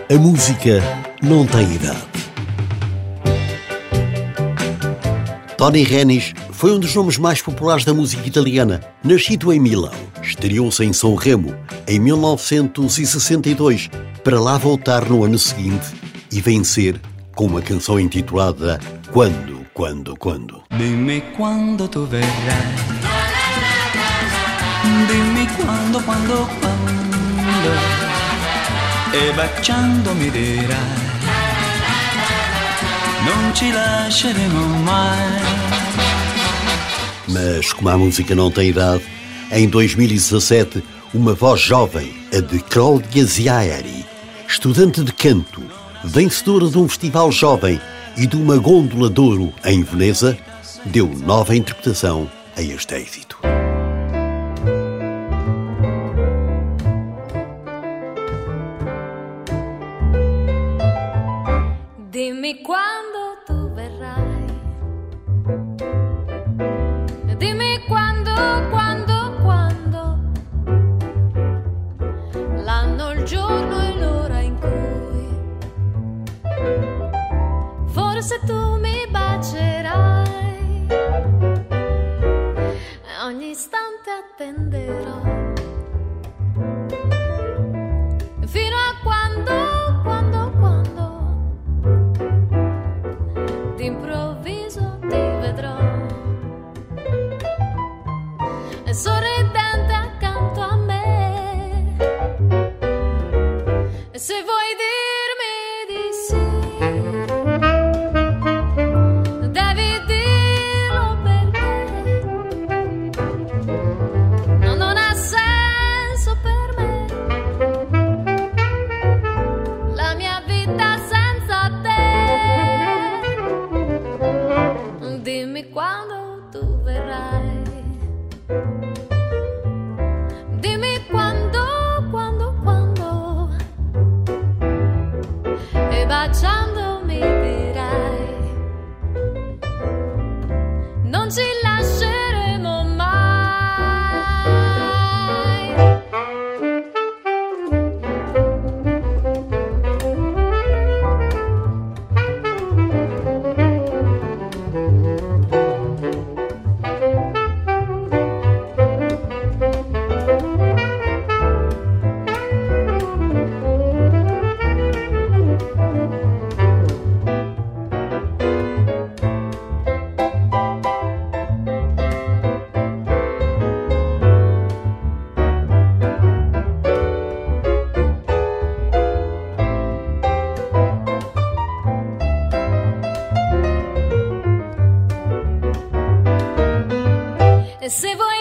A música não tem idade. Tony Renis foi um dos nomes mais populares da música italiana. Nascido em Milão, estreou-se em São Remo em 1962, para lá voltar no ano seguinte e vencer com uma canção intitulada Quando. Dimmi quando tu verrai, dimmi quando, e baciandomi dirai, non ci lasceremo mai. Mas como a música não tem idade, em 2017, uma voz jovem, a de Claudia Ziaeri, estudante de canto, vencedora de um festival jovem e de uma gôndola de ouro em Veneza, deu nova interpretação a este êxito. Dimmi quando tu verrai, dimmi quando, l'anno, il giorno e l'ora in cui forse tu mi bacerai, ogni istante attenderò, fino a quando d'improvviso ti vedrò, sorridente accanto a me, e se vuoi dirmi di sì, devi dirlo perché non ha senso per me la mia vita senza te. Dimmi quando tu verrai, dimmi quando, e baciandomi dirai, non ci lasceremo mai. Se vuoi